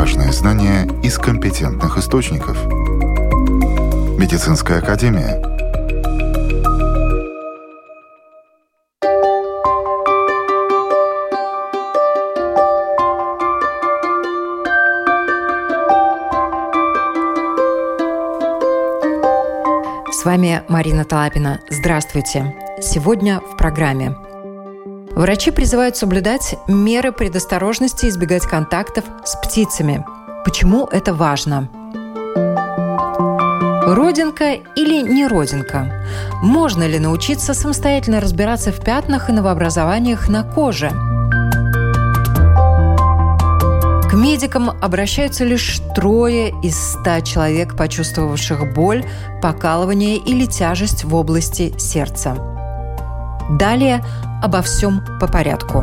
важные знания из компетентных источников. Медицинская академия. С вами Марина Талапина. Здравствуйте. Сегодня в программе. Врачи призывают соблюдать меры предосторожности и избегать контактов с птицами. Почему это важно? Родинка или не родинка? Можно ли научиться самостоятельно разбираться в пятнах и новообразованиях на коже? К медикам обращаются лишь 3 из 100 человек, почувствовавших боль, покалывание или тяжесть в области сердца. Далее обо всем по порядку.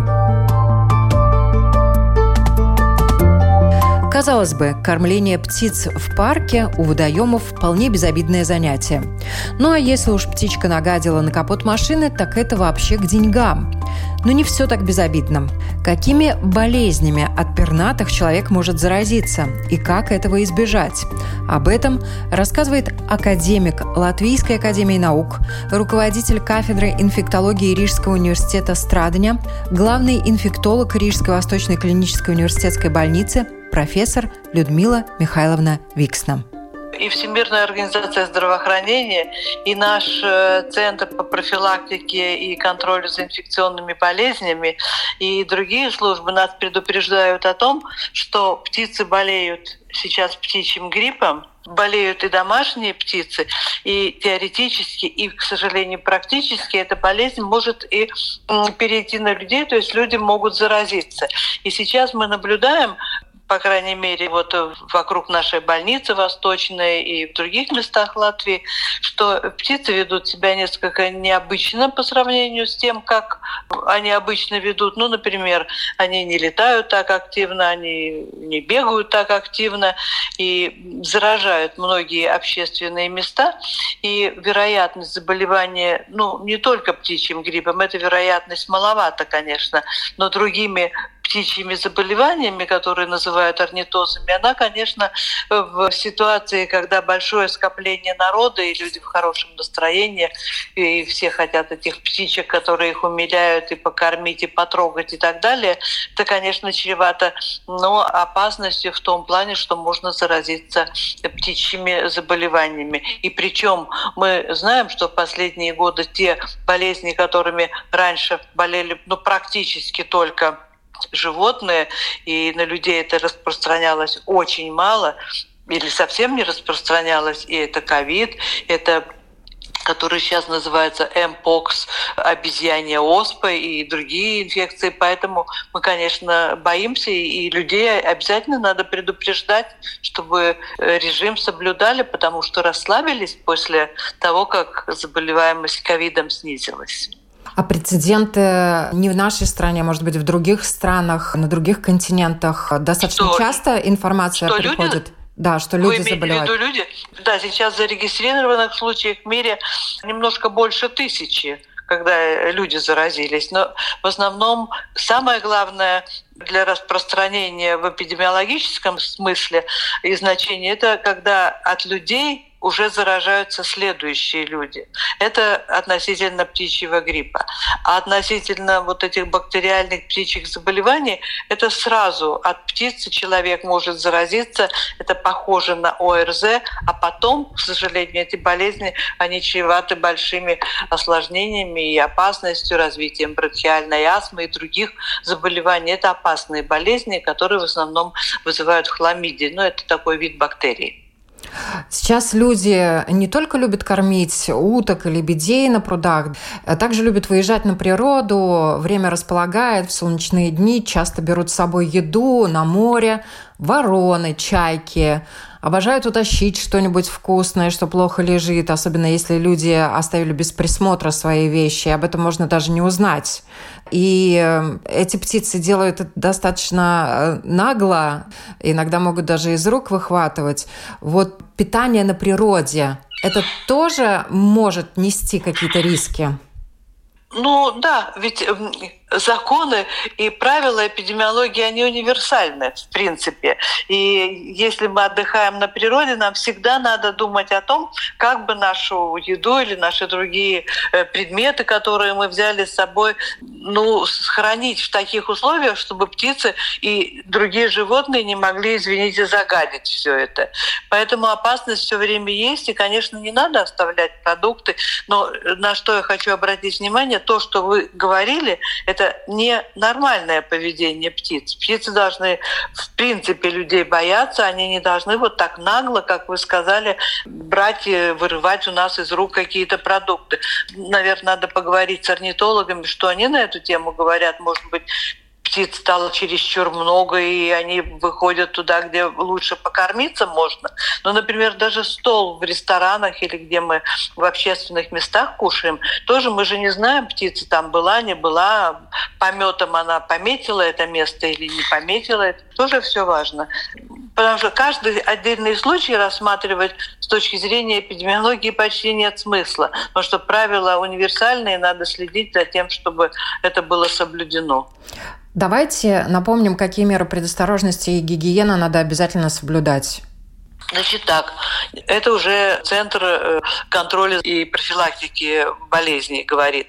Казалось бы, кормление птиц в парке у водоемов вполне безобидное занятие. Ну а если уж птичка нагадила на капот машины, так это вообще к деньгам. Но не все так безобидно. Какими болезнями от пернатых человек может заразиться и как этого избежать? Об этом рассказывает академик Латвийской академии наук, руководитель кафедры инфектологии Рижского университета Страдыня, главный инфектолог Рижской Восточной клинической университетской больницы, профессор Людмила Михайловна Виксна. И Всемирная организация здравоохранения, и наш Центр по профилактике и контролю за инфекционными болезнями, и другие службы нас предупреждают о том, что птицы болеют сейчас птичьим гриппом, болеют и домашние птицы, и теоретически, и, к сожалению, практически эта болезнь может и перейти на людей, то есть люди могут заразиться. И сейчас мы наблюдаем, по крайней мере, вот вокруг нашей больницы Восточной и в других местах Латвии, что птицы ведут себя несколько необычно по сравнению с тем, как они обычно ведут. Ну, например, они не летают так активно, они не бегают так активно и заражают многие общественные места. И вероятность заболевания, не только птичьим гриппом, эта вероятность маловата, конечно, но другими птичьими заболеваниями, которые называют орнитозами, она, конечно, в ситуации, когда большое скопление народа, и люди в хорошем настроении, и все хотят этих птичек, которые их умиляют, и покормить, и потрогать, и так далее, это, конечно, чревато, но опасностью в том плане, что можно заразиться птичьими заболеваниями. И причем мы знаем, что в последние годы те болезни, которыми раньше болели практически только животные, и на людей это распространялось очень мало или совсем не распространялось, и это ковид, это который сейчас называется Mpox, обезьянья оспа и другие инфекции. Поэтому мы, конечно, боимся, и людей обязательно надо предупреждать, чтобы режим соблюдали, потому что расслабились после того, как заболеваемость ковидом снизилась. А прецеденты не в нашей стране, может быть, в других странах, на других континентах достаточно часто информация приходит? Да, что люди заболевают. Вы имеете в виду люди? Да, сейчас зарегистрированных случаев в мире немножко больше 1000, когда люди заразились. Но в основном самое главное для распространения в эпидемиологическом смысле и значении — это когда от людей уже заражаются следующие люди. Это относительно птичьего гриппа. А относительно вот этих бактериальных птичьих заболеваний, это сразу от птицы человек может заразиться. Это похоже на ОРЗ, а потом, к сожалению, эти болезни, они чреваты большими осложнениями и опасностью, развитием бронхиальной астмы и других заболеваний. Это опасные болезни, которые в основном вызывают хламидии. Это такой вид бактерий. Сейчас люди не только любят кормить уток и лебедей на прудах, а также любят выезжать на природу, время располагает, в солнечные дни часто берут с собой еду на море, вороны, чайки. Обожают утащить что-нибудь вкусное, что плохо лежит, особенно если люди оставили без присмотра свои вещи. Об этом можно даже не узнать. И эти птицы делают это достаточно нагло, иногда могут даже из рук выхватывать. Вот питание на природе, это тоже может нести какие-то риски? Да, ведь законы и правила эпидемиологии, они универсальны, в принципе. И если мы отдыхаем на природе, нам всегда надо думать о том, как бы нашу еду или наши другие предметы, которые мы взяли с собой, сохранить в таких условиях, чтобы птицы и другие животные не могли, извините, загадить все это. Поэтому опасность все время есть, и, конечно, не надо оставлять продукты. Но на что я хочу обратить внимание, то, что вы говорили, это не нормальное поведение птиц. Птицы должны, в принципе, людей бояться, они не должны вот так нагло, как вы сказали, брать и вырывать у нас из рук какие-то продукты. Наверное, надо поговорить с орнитологами, что они на эту тему говорят. Может быть, птиц стало чересчур много, и они выходят туда, где лучше покормиться можно. Но, например, даже стол в ресторанах или где мы в общественных местах кушаем, тоже мы же не знаем, птица там была, не была, пометом она пометила это место или не пометила, это тоже все важно. Потому что каждый отдельный случай рассматривать с точки зрения эпидемиологии почти нет смысла. Потому что правила универсальные, надо следить за тем, чтобы это было соблюдено. Давайте напомним, какие меры предосторожности и гигиены надо обязательно соблюдать. Значит так, это уже Центр контроля и профилактики болезней говорит,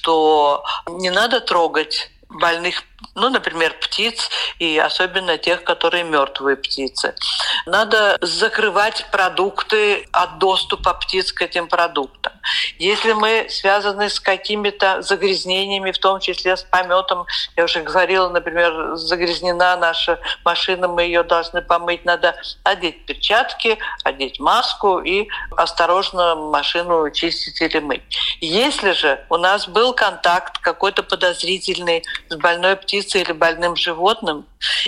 что не надо трогать больных, например, птиц, и особенно тех, которые мертвые птицы. Надо закрывать продукты от доступа птиц к этим продуктам. Если мы связаны с какими-то загрязнениями, в том числе с пометом, я уже говорила, например, загрязнена наша машина, мы ее должны помыть, надо одеть перчатки, одеть маску и осторожно машину чистить или мыть. Если же у нас был контакт какой-то подозрительный с больной птицей или больным животным,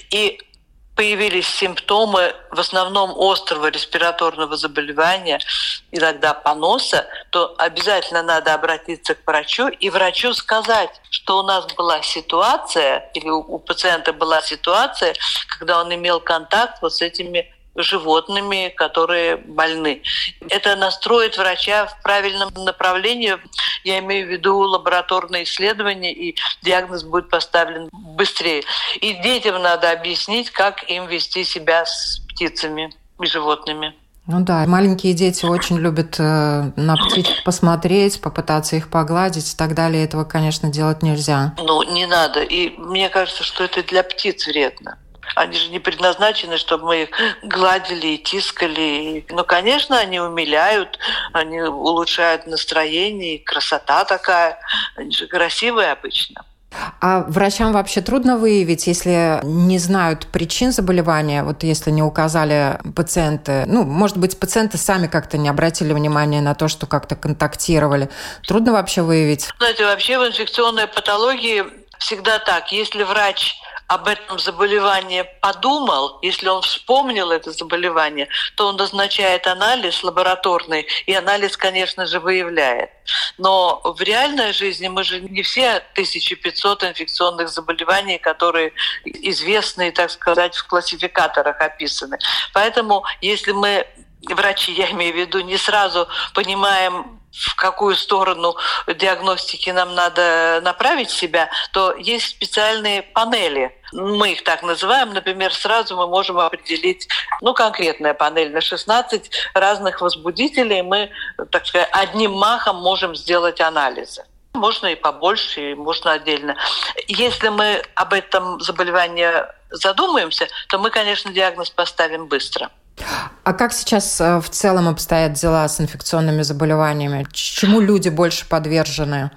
и появились симптомы в основном острого респираторного заболевания, иногда поноса, то обязательно надо обратиться к врачу и врачу сказать, что у нас была ситуация, или у пациента была ситуация, когда он имел контакт вот с этими животными, которые больны. Это настроит врача в правильном направлении. Я имею в виду лабораторные исследования, и диагноз будет поставлен быстрее. И детям надо объяснить, как им вести себя с птицами и животными. Ну да, маленькие дети очень любят на птиц посмотреть, попытаться их погладить и так далее. Этого, конечно, делать нельзя. Не надо. И мне кажется, что это для птиц вредно. Они же не предназначены, чтобы мы их гладили и тискали. Конечно, они умиляют, они улучшают настроение, и красота такая. Они же красивые обычно. А врачам вообще трудно выявить, если не знают причин заболевания, вот если не указали пациенты, может быть, пациенты сами как-то не обратили внимания на то, что как-то контактировали. Трудно вообще выявить? Знаете, вообще в инфекционной патологии всегда так. Если врач об этом заболевании подумал, если он вспомнил это заболевание, то он назначает анализ лабораторный, и анализ, конечно же, выявляет. Но в реальной жизни мы же не все 1500 инфекционных заболеваний, которые известны, так сказать, в классификаторах описаны. Поэтому если мы, врачи, я имею в виду, не сразу понимаем, в какую сторону диагностики нам надо направить себя, то есть специальные панели. Мы их так называем. Например, сразу мы можем определить, конкретная панель на 16 разных возбудителей. Мы, так сказать, одним махом можем сделать анализы. Можно и побольше, и можно отдельно. Если мы об этом заболевании задумаемся, то мы, конечно, диагноз поставим быстро. А как сейчас в целом обстоят дела с инфекционными заболеваниями? Чему люди больше подвержены?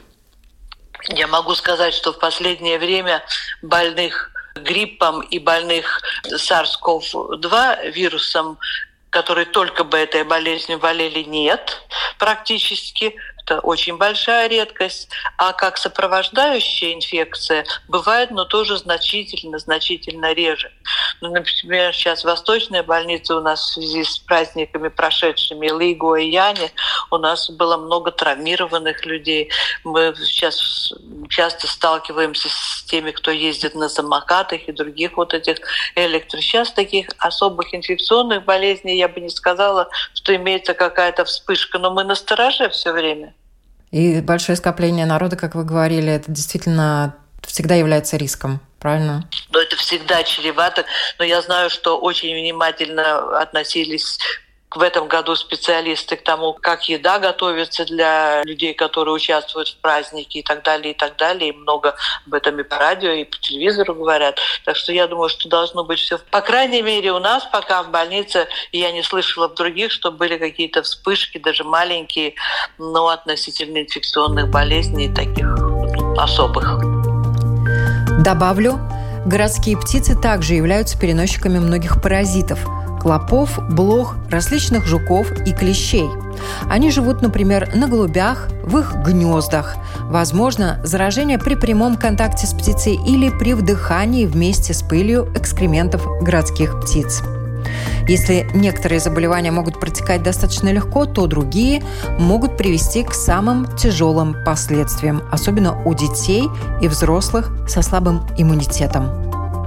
Я могу сказать, что в последнее время больных гриппом и больных SARS-CoV-2 вирусом, которые только бы этой болезнью болели, нет практически. Это очень большая редкость. А как сопровождающая инфекция бывает, но тоже значительно реже. Например, сейчас восточная больница у нас в связи с праздниками прошедшими Лигу и Яни, у нас было много травмированных людей. Мы сейчас часто сталкиваемся с теми, кто ездит на самокатах и других вот этих Сейчас таких особых инфекционных болезней я бы не сказала, что имеется какая-то вспышка, но мы настороже все время. И большое скопление народа, как вы говорили, это действительно всегда является риском, правильно? Но это всегда чревато. Но я знаю, что очень внимательно относились в этом году специалисты к тому, как еда готовится для людей, которые участвуют в празднике и так далее, и так далее. И много об этом и по радио, и по телевизору говорят. Так что я думаю, что должно быть все. По крайней мере, у нас пока в больнице, и я не слышала в других, что были какие-то вспышки, даже маленькие, но относительно инфекционных болезней таких особых. Добавлю, городские птицы также являются переносчиками многих паразитов – клопов, блох, различных жуков и клещей. Они живут, например, на голубях, в их гнездах. Возможно, заражение при прямом контакте с птицей или при вдыхании вместе с пылью экскрементов городских птиц. Если некоторые заболевания могут протекать достаточно легко, то другие могут привести к самым тяжелым последствиям, особенно у детей и взрослых со слабым иммунитетом.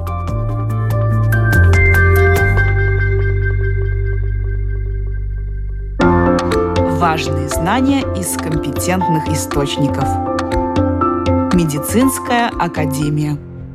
Важные знания из компетентных источников. Медицинская академия.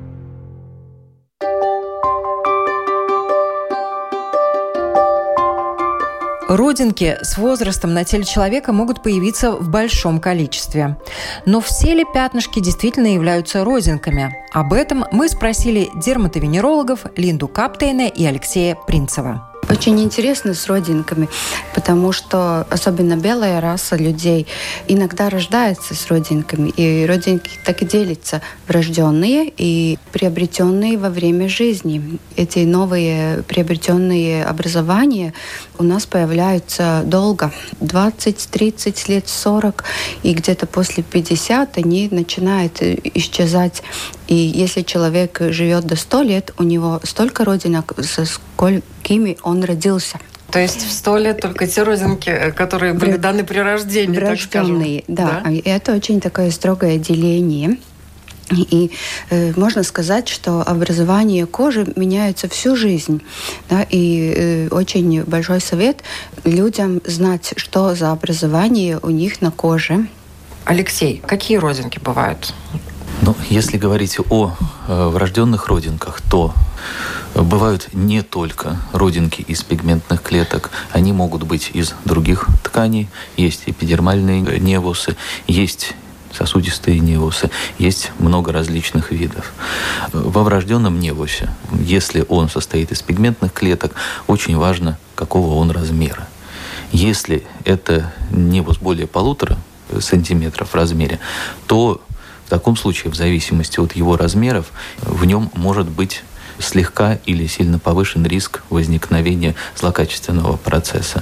Родинки с возрастом на теле человека могут появиться в большом количестве. Но все ли пятнышки действительно являются родинками? Об этом мы спросили дерматовенерологов Линду Каптейне и Алексея Принцева. Очень интересно с родинками, потому что особенно белая раса людей иногда рождается с родинками. И родинки так и делятся: врожденные и приобретенные во время жизни. Эти новые приобретенные образования у нас появляются долго. 20, 30 лет, 40. И где-то после 50 они начинают исчезать. И если человек живет до 100 лет, у него столько родинок, со сколькими он родился. То есть в 100 лет только те родинки, которые были даны при рождении, так скажем. Да. И это очень такое строгое деление. И можно сказать, что образование кожи меняется всю жизнь. Да? И очень большой совет людям знать, что за образование у них на коже. Алексей, какие родинки бывают? Если говорить о врожденных родинках, то бывают не только родинки из пигментных клеток, они могут быть из других тканей. Есть эпидермальные невусы, есть сосудистые невусы, есть много различных видов. Во врожденном невусе, если он состоит из пигментных клеток, очень важно, какого он размера. Если это невус более 1,5 сантиметров в размере, то в таком случае, в зависимости от его размеров, в нем может быть слегка или сильно повышен риск возникновения злокачественного процесса.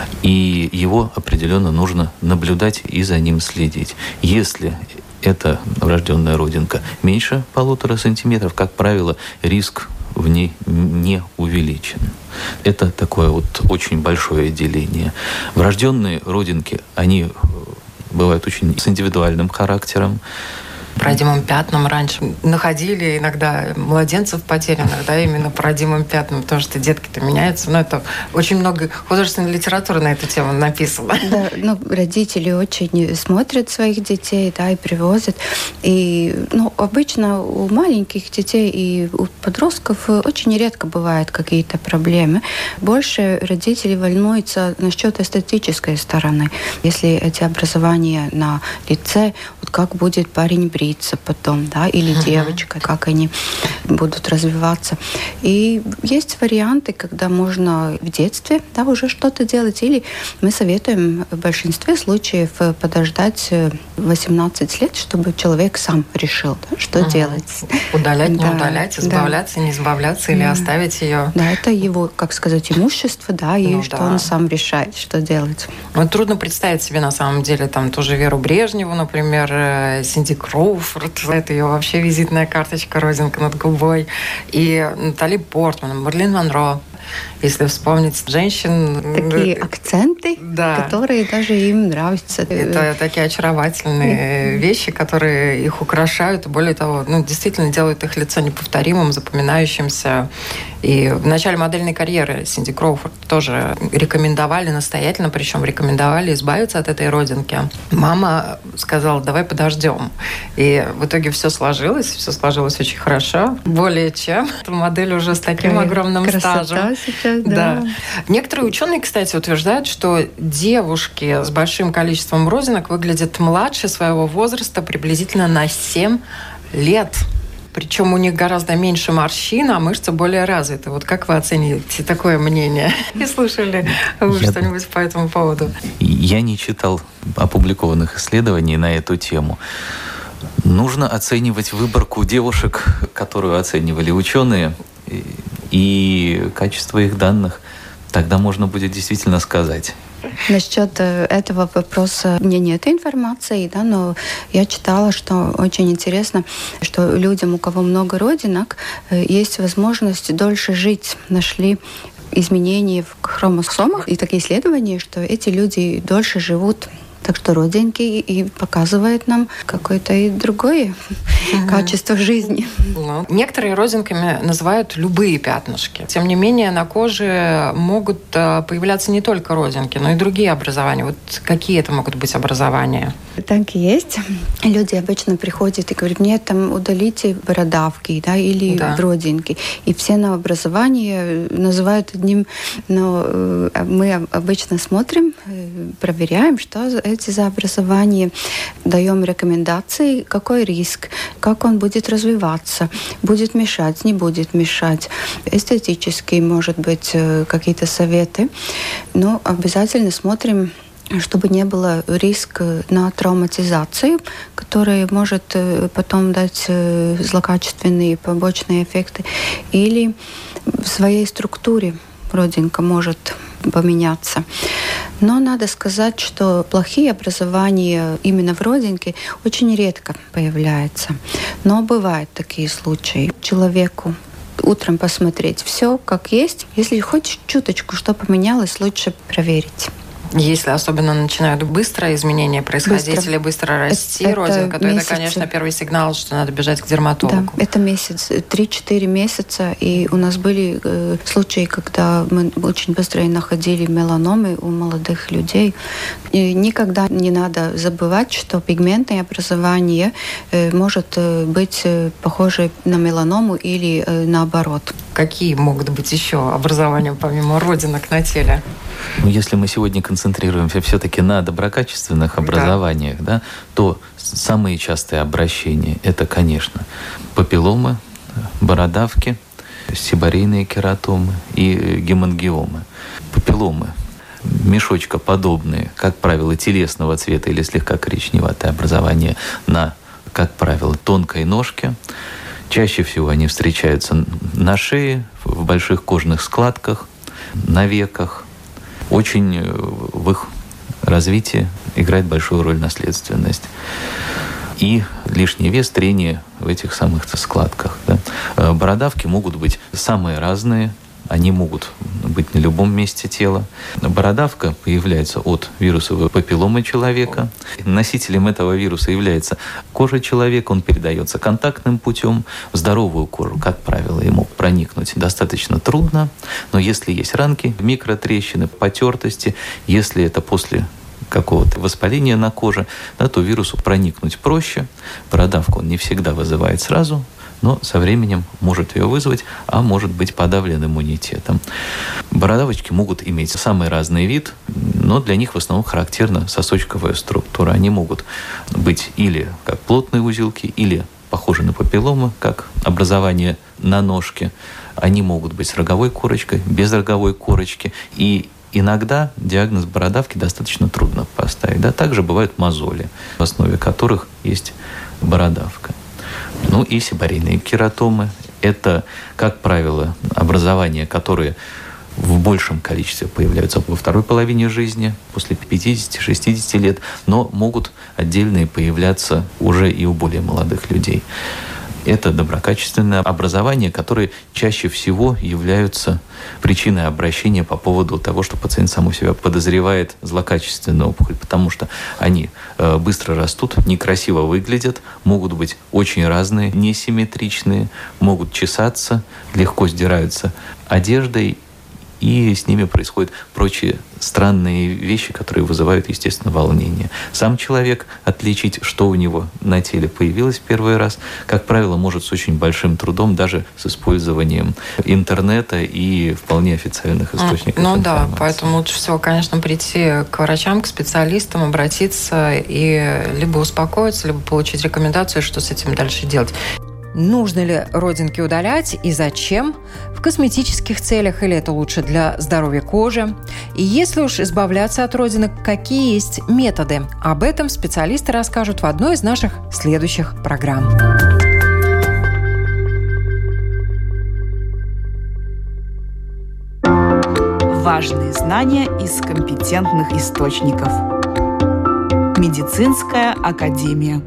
И его определенно нужно наблюдать и за ним следить. Если эта врожденная родинка меньше 1,5 сантиметров, как правило, риск в ней не увеличен. Это такое очень большое деление. Врожденные родинки, они бывают очень с индивидуальным характером. По родимым пятнам раньше находили иногда младенцев потерянных, да, именно по родимым пятнам, потому что детки-то меняются. Но это очень много художественной литературы на эту тему написано. Да, родители очень смотрят своих детей, да, и привозят. И, обычно у маленьких детей и у подростков очень редко бывают какие-то проблемы. Больше родители волнуются насчет эстетической стороны. Если эти образования на лице, как будет парень бриться потом, да, или девочка, как они будут развиваться. И есть варианты, когда можно в детстве, да, уже что-то делать, или мы советуем в большинстве случаев подождать 18 лет, чтобы человек сам решил, да, что делать. Удалять, не удалять, избавляться, не избавляться, или оставить ее. Да, это его, как сказать, имущество, да, и что он сам решает, что делать. Трудно представить себе, на самом деле, там ту же Веру Брежневу, например, Синди Кроуфорд, это ее вообще визитная карточка, родинка над губой, и Натали Портман, Мерлин Монро. Если вспомнить женщин... Такие акценты, которые даже им нравятся. Это такие очаровательные вещи, которые их украшают. И более того, действительно делают их лицо неповторимым, запоминающимся. И в начале модельной карьеры Синди Кроуфорд тоже рекомендовали настоятельно, причем рекомендовали избавиться от этой родинки. Мама сказала, давай подождем. И в итоге все сложилось очень хорошо. Более чем. Эта модель уже с таким огромным стажем. Сейчас, да. Некоторые ученые, кстати, утверждают, что девушки с большим количеством родинок выглядят младше своего возраста приблизительно на 7 лет. Причем у них гораздо меньше морщин, а мышцы более развиты. Вот как вы оцените такое мнение? И слышали вы что-нибудь по этому поводу? Я не читал опубликованных исследований на эту тему. Нужно оценивать выборку девушек, которую оценивали ученые, и качество их данных. Тогда можно будет действительно сказать. Насчет этого вопроса у меня нет информации, да, но я читала, что очень интересно, что людям, у кого много родинок, есть возможность дольше жить. Нашли изменения в хромосомах и такие исследования, что эти люди дольше живут. Так что родинки и показывают нам какое-то и другое качество жизни. Некоторые родинками называют любые пятнышки. Тем не менее, на коже могут появляться не только родинки, но и другие образования. Вот какие это могут быть образования? Так и есть. Люди обычно приходят и говорят, мне там удалите бородавки, да, или родинки. И все новообразования называют одним, но мы обычно смотрим, проверяем, что эти за образование, даем рекомендации, какой риск, как он будет развиваться, будет мешать, не будет мешать. Эстетически, может быть, какие-то советы. Но обязательно смотрим, чтобы не было риска на травматизацию, которая может потом дать злокачественные побочные эффекты, или в своей структуре родинка может поменяться. Но надо сказать, что плохие образования именно в родинке очень редко появляются. Но бывают такие случаи. Человеку утром посмотреть все как есть. Если хоть чуточку что поменялось, лучше проверить. Если особенно начинают быстро изменения происходить или быстро расти родинка, то это, конечно, первый сигнал, что надо бежать к дерматологу. Да, это месяц, 3-4 месяца. И у нас были случаи, когда мы очень быстро находили меланомы у молодых людей. И никогда не надо забывать, что пигментное образование может быть похоже на меланому или наоборот. Какие могут быть еще образования помимо родинок на теле? Если мы сегодня концентрируемся все-таки на доброкачественных образованиях, да, то самые частые обращения – это, конечно, папилломы, бородавки, сибарейные кератомы и гемангиомы. Папилломы мешочкоподобные, как правило, телесного цвета или слегка коричневатое образование на, как правило, тонкой ножке. Чаще всего они встречаются на шее, в больших кожных складках, на веках. Очень в их развитии играет большую роль наследственность. И лишний вес, трение в этих самых складках. Да. Бородавки могут быть самые разные. Они могут быть на любом месте тела. Бородавка появляется от вирусовой папилломы человека. Носителем этого вируса является кожа человека. Он передается контактным путем. В здоровую кожу, как правило, ему проникнуть достаточно трудно. Но если есть ранки, микротрещины, потертости, если это после какого-то воспаления на коже, да, то вирусу проникнуть проще. Бородавку он не всегда вызывает сразу, но со временем может ее вызвать, а может быть подавлен иммунитетом. Бородавочки могут иметь самый разный вид, но для них в основном характерна сосочковая структура. Они могут быть или как плотные узелки, или похожи на папилломы, как образование на ножке. Они могут быть с роговой корочкой, без роговой корочки. И иногда диагноз бородавки достаточно трудно поставить. Да? Также бывают мозоли, в основе которых есть бородавка. Ну и сибарейные кератомы. Это, как правило, образования, которые в большем количестве появляются во второй половине жизни, после 50-60 лет, но могут отдельные появляться уже и у более молодых людей. Это доброкачественное образование, которые чаще всего являются причиной обращения по поводу того, что пациент сам у себя подозревает злокачественную опухоль, потому что они быстро растут, некрасиво выглядят, могут быть очень разные, несимметричные, могут чесаться, легко сдираются одеждой, и с ними происходят прочие странные вещи, которые вызывают, естественно, волнение. Сам человек отличить, что у него на теле появилось в первый раз, как правило, может с очень большим трудом, даже с использованием интернета и вполне официальных источников информации. Да, поэтому лучше всего, конечно, прийти к врачам, к специалистам, обратиться и либо успокоиться, либо получить рекомендацию, что с этим дальше делать. Нужно ли родинки удалять и зачем? В косметических целях или это лучше для здоровья кожи? И если уж избавляться от родинок, какие есть методы? Об этом специалисты расскажут в одной из наших следующих программ. Важные знания из компетентных источников. Медицинская академия.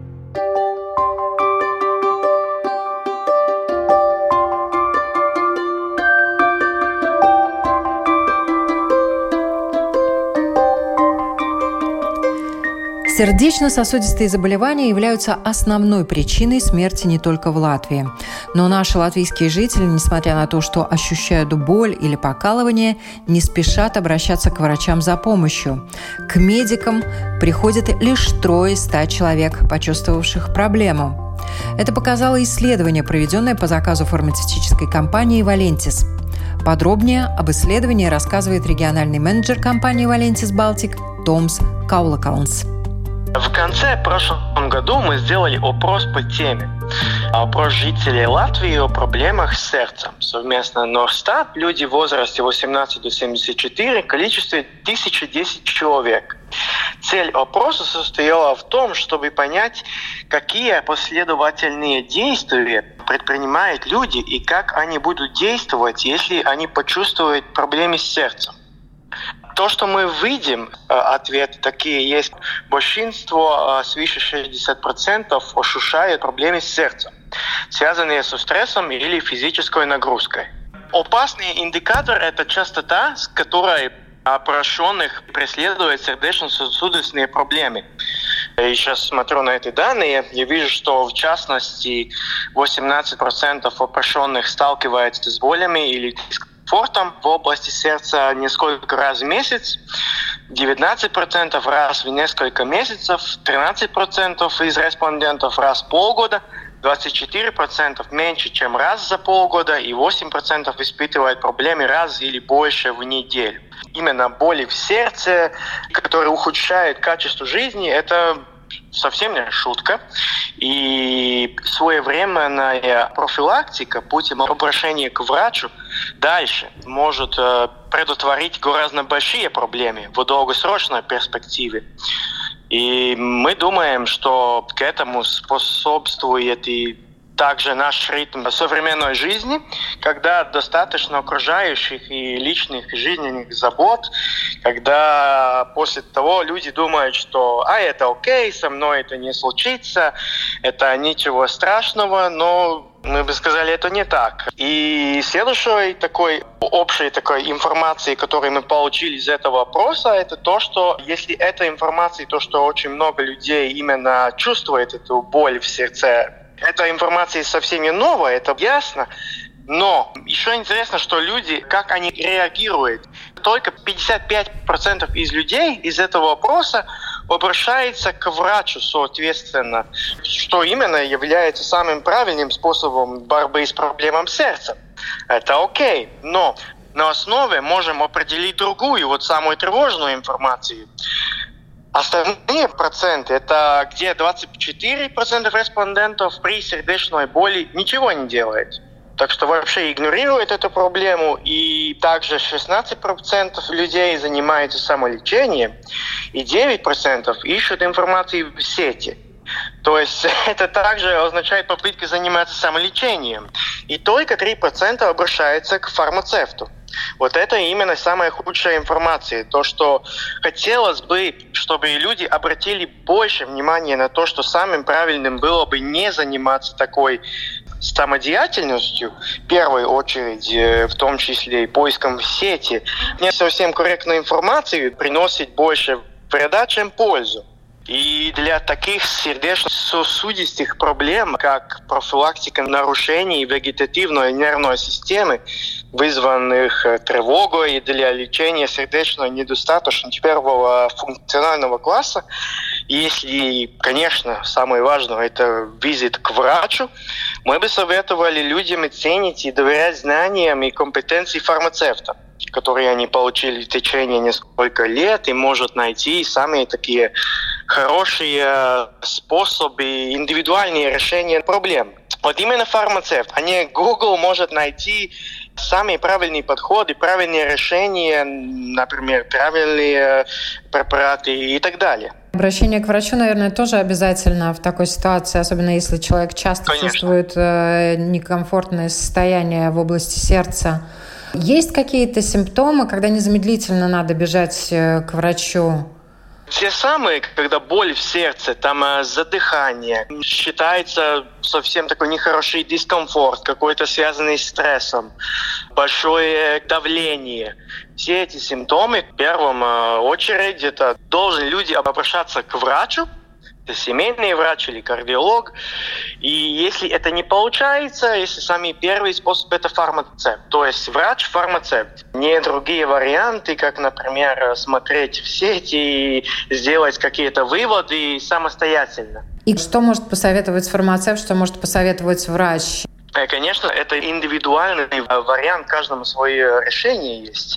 Сердечно-сосудистые заболевания являются основной причиной смерти не только в Латвии. Но наши латвийские жители, несмотря на то, что ощущают боль или покалывание, не спешат обращаться к врачам за помощью. К медикам приходят лишь 3 из 100 человек, почувствовавших проблему. Это показало исследование, проведенное по заказу фармацевтической компании «Валентис». Подробнее об исследовании рассказывает региональный менеджер компании «Валентис Балтик» Томс Каулакалнс. В конце прошлом году мы сделали опрос по теме. Опрос жителей Латвии о проблемах с сердцем. Совместно Норстат, люди в возрасте 18 до 74, в количестве 1010 человек. Цель опроса состояла в том, чтобы понять, какие последовательные действия предпринимают люди и как они будут действовать, если они почувствуют проблемы с сердцем. То, что мы видим, ответы такие есть. Большинство, свыше 60%, ощущают проблемы с сердцем, связанные со стрессом или физической нагрузкой. Опасный индикатор – это частота, с которой опрошенных преследуют сердечно-сосудистые проблемы. И сейчас смотрю на эти данные, я вижу, что в частности 18% опрошенных сталкиваются с болями или дискомфортом в области сердца несколько раз в месяц, 19% раз в несколько месяцев, 13% из респондентов раз в полгода, 24% меньше, чем раз за полгода, и 8% испытывают проблемы раз или больше в неделю. Именно боли в сердце, которые ухудшают качество жизни, это совсем не шутка. И своевременная профилактика путем обращения к врачу дальше может предотвратить гораздо большие проблемы в долгосрочной перспективе. И мы думаем, что к этому способствует и также наш ритм современной жизни, когда достаточно окружающих и личных жизненных забот, когда после того люди думают, что это окей, со мной это не случится, это ничего страшного, но мы бы сказали, это не так. И следующей общей информации, которую мы получили из этого опроса, это то, что если эта информация, то, что очень много людей именно чувствует эту боль в сердце, эта информация совсем не новая, это ясно. Но еще интересно, что люди, как они реагируют. Только 55% из людей из этого опроса обращаются к врачу, соответственно, что именно является самым правильным способом борьбы с проблемами сердца. Это окей, но на основе можем определить другую, самую тревожную информацию. Остальные проценты, это где 24% респондентов при сердечной боли ничего не делает. Так что вообще игнорирует эту проблему. И также 16% людей занимаются самолечением, и 9% ищут информацию в сети. То есть это также означает попытки заниматься самолечением. И только 3% обращаются к фармацевту. Вот это именно самая худшая информация. То, что хотелось бы, чтобы люди обратили больше внимания на то, что самым правильным было бы не заниматься такой самодеятельностью, в первую очередь, в том числе и поиском в сети. Не совсем корректной информации приносит больше вреда, чем пользу. И для таких сердечно-сосудистых проблем, как профилактика нарушений вегетативной нервной системы, вызванных тревогой, и для лечения сердечной недостаточности первого функционального класса, если, конечно, самое важное – это визит к врачу, мы бы советовали людям ценить и доверять знаниям и компетенции фармацевта, которые они получили в течение нескольких лет, и может найти самые такие хорошие способы, индивидуальные решения проблем. Вот именно фармацевт, а не Google, может найти самые правильные подходы, правильные решения, например, правильные препараты и так далее. Обращение к врачу, наверное, тоже обязательно в такой ситуации, особенно если человек часто чувствует некомфортное состояние в области сердца. Есть какие-то симптомы, когда незамедлительно надо бежать к врачу? Те самые, когда боль в сердце, там задыхание, считается совсем такой нехороший дискомфорт, какой-то связанный с стрессом, большое давление. Все эти симптомы в первую очередь это должны люди обращаться к врачу, семейный врач или кардиолог. И если это не получается, если самый первый способ это фармацевт, то есть врач-фармацевт. Не другие варианты, как, например, смотреть в сети и сделать какие-то выводы самостоятельно. И что может посоветовать фармацевт, что может посоветовать врач? Конечно, это индивидуальный вариант, каждому свое решение есть.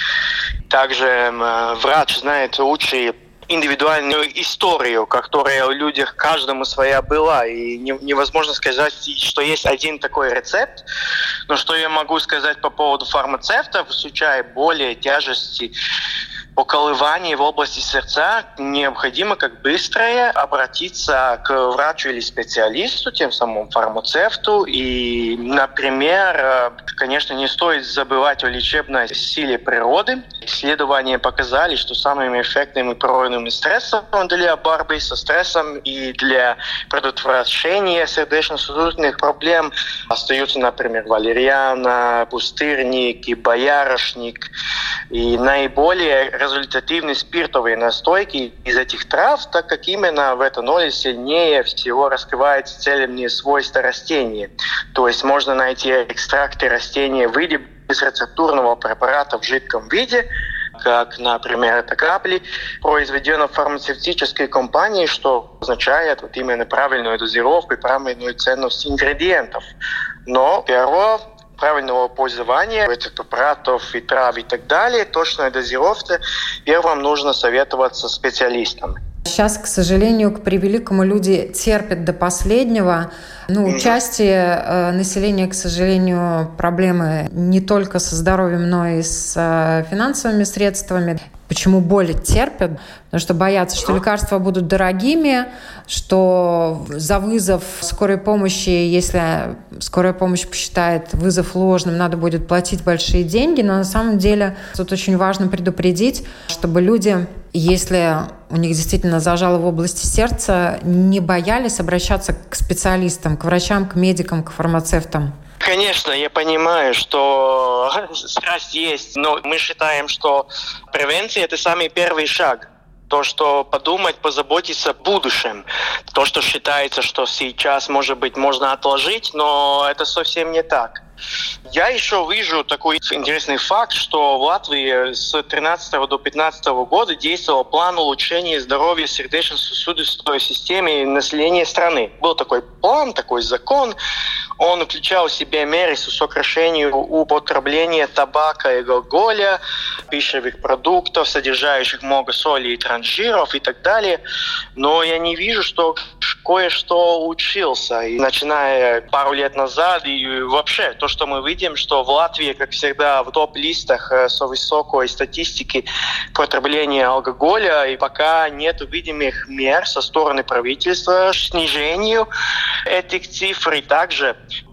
Также врач знает лучшие индивидуальную историю, которая у людей каждому своя была. И невозможно сказать, что есть один такой рецепт. Но что я могу сказать по поводу фармацевтов, в случае боли, тяжести, поколываний в области сердца, необходимо как быстрее обратиться к врачу или специалисту, тем самым фармацевту. И, например, конечно, не стоит забывать о лечебной силе природы. Исследования показали, что самыми эффективными природными средствами для борьбы со стрессом и для предотвращения сердечно-сосудистых проблем остаются, например, валериана, пустырник и боярышник. И наиболее результативные спиртовые настойки из этих трав, так как именно в этаноле сильнее всего раскрываются целебные свойства растения. То есть можно найти экстракты растения в виде безрецептурного препарата в жидком виде, как, например, это капли, произведенные в фармацевтической компании, что означает вот именно правильную дозировку и правильную ценность ингредиентов. Но первое правильного пользования этих препаратов и трав и так далее, точная дозировка, первым нужно советоваться с специалистом. Сейчас, к сожалению, к превеликому, люди терпят до последнего. У части населения, к сожалению, проблемы не только со здоровьем, но и с финансовыми средствами. Почему боли терпят? Потому что боятся, что лекарства будут дорогими, что за вызов скорой помощи, если скорая помощь посчитает вызов ложным, надо будет платить большие деньги. Но на самом деле тут очень важно предупредить, чтобы люди, если у них действительно зажало в области сердца, не боялись обращаться к специалистам, к врачам, к медикам, к фармацевтам. Конечно, я понимаю, что страсть есть, но мы считаем, что превенция – это самый первый шаг. То, что подумать, позаботиться о будущем. То, что считается, что сейчас, может быть, можно отложить, но это совсем не так. Я еще вижу такой интересный факт, что в Латвии с 2013 до 2015 года действовал план улучшения здоровья сердечно-сосудистой системы населения страны. Был такой план, такой закон. Он включал в себя меры по сокращению употребления табака и алкоголя, пищевых продуктов, содержащих много соли и трансжиров и так далее. Но я не вижу, что кое-что улучшился. И начиная пару лет назад и вообще то, что мы видим, что в Латвии, как всегда, в топ-листах с высокой статистики потребления алкоголя, и пока нет видимых мер со стороны правительства к снижению этих цифр. И также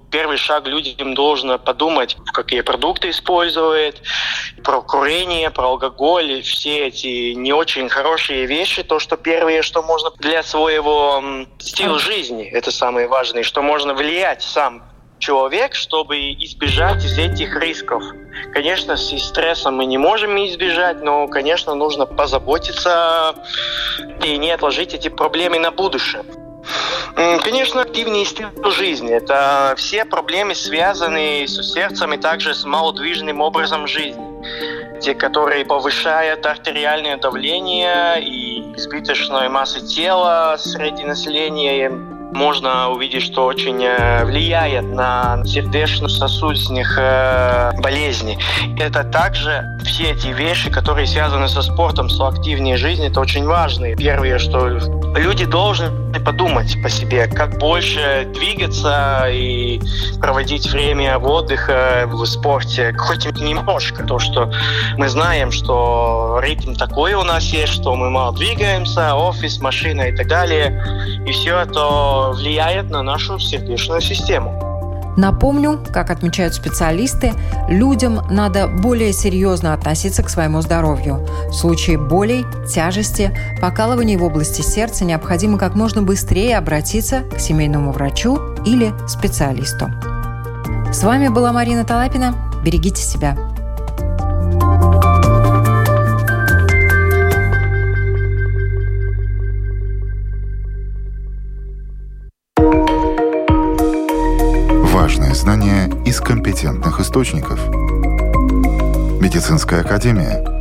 первый шаг людям должно подумать, какие продукты используют, про курение, про алкоголь, и все эти не очень хорошие вещи, то, что первое, что можно для своего стиля жизни, это самое важное, что можно влиять сам человек, чтобы избежать из этих рисков. Конечно, с стрессом мы не можем избежать, но, конечно, нужно позаботиться и не отложить эти проблемы на будущее. Конечно, активный стиль жизни. Это все проблемы, связанные с сердцем и также с малодвижным образом жизни. Те, которые повышают артериальное давление и избыточную массу тела среди населения, можно увидеть, что очень влияет на сердечно-сосудистых болезней. Это также все эти вещи, которые связаны со спортом, с активной жизнью, это очень важно. Первое, что люди должны подумать по себе, как больше двигаться и проводить время в отдыхе, в спорте, хоть немножко. То, что мы знаем, что ритм такой у нас есть, что мы мало двигаемся, офис, машина и так далее. И все это влияет на нашу сердечную систему. Напомню, как отмечают специалисты, людям надо более серьезно относиться к своему здоровью. В случае болей, тяжести, покалываний в области сердца необходимо как можно быстрее обратиться к семейному врачу или специалисту. С вами была Марина Талапина. Берегите себя. Важные знания из компетентных источников. Медицинская академия.